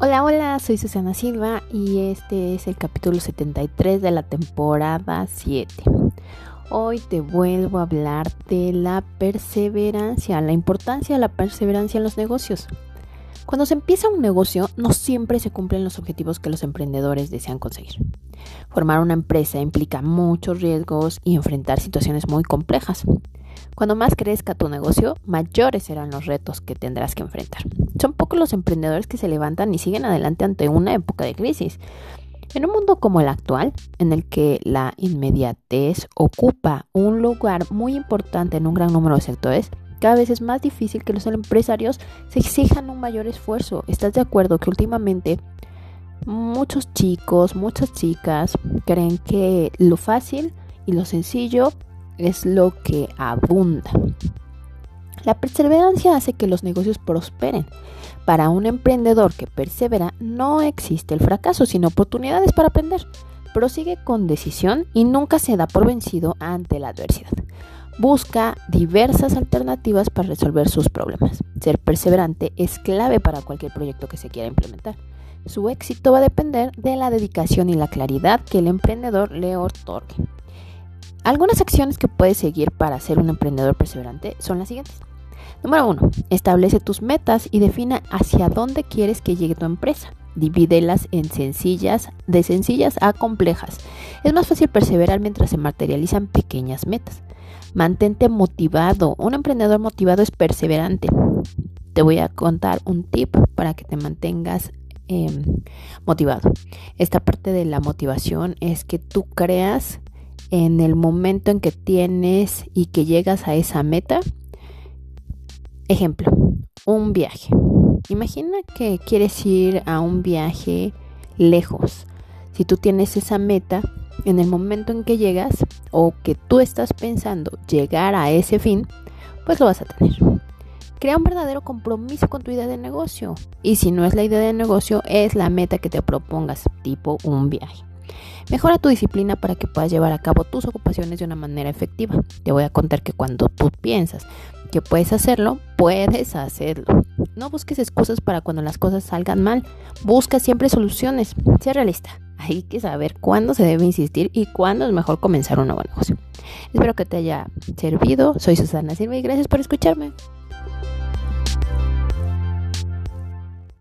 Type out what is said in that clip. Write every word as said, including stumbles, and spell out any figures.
Hola, hola, soy Susana Silva y este es el capítulo setenta y tres de la temporada siete. Hoy te vuelvo a hablar de la perseverancia, la importancia de la perseverancia en los negocios. Cuando se empieza un negocio, no siempre se cumplen los objetivos que los emprendedores desean conseguir. Formar una empresa implica muchos riesgos y enfrentar situaciones muy complejas. Cuando más crezca tu negocio, mayores serán los retos que tendrás que enfrentar. Son pocos los emprendedores que se levantan y siguen adelante ante una época de crisis. En un mundo como el actual, en el que la inmediatez ocupa un lugar muy importante en un gran número de sectores, cada vez es más difícil que los empresarios se exijan un mayor esfuerzo. ¿Estás de acuerdo que últimamente muchos chicos, muchas chicas creen que lo fácil y lo sencillo es lo que abunda? La perseverancia hace que los negocios prosperen. Para un emprendedor que persevera, no existe el fracaso, sino oportunidades para aprender. Prosigue con decisión y nunca se da por vencido ante la adversidad. Busca diversas alternativas para resolver sus problemas. Ser perseverante es clave para cualquier proyecto que se quiera implementar. Su éxito va a depender de la dedicación y la claridad que el emprendedor le otorgue. Algunas acciones que puedes seguir para ser un emprendedor perseverante son las siguientes. Número uno. Establece tus metas y defina hacia dónde quieres que llegue tu empresa. Divídelas en sencillas, de sencillas a complejas. Es más fácil perseverar mientras se materializan pequeñas metas. Mantente motivado. Un emprendedor motivado es perseverante. Te voy a contar un tip para que te mantengas eh, motivado. Esta parte de la motivación es que tú creas en el momento en que tienes y que llegas a esa meta. Ejemplo, un viaje. Imagina que quieres ir a un viaje lejos. Si tú tienes esa meta, en el momento en que llegas o que tú estás pensando llegar a ese fin, pues lo vas a tener. Crea un verdadero compromiso con tu idea de negocio. Y si no es la idea de negocio, es la meta que te propongas, tipo un viaje. Mejora tu disciplina para que puedas llevar a cabo tus ocupaciones de una manera efectiva. Te voy a contar que cuando tú piensas que puedes hacerlo, puedes hacerlo. No busques excusas para cuando las cosas salgan mal. Busca siempre soluciones. Sé realista. Hay que saber cuándo se debe insistir y cuándo es mejor comenzar un nuevo negocio. Espero que te haya servido. Soy Susana Silva y gracias por escucharme.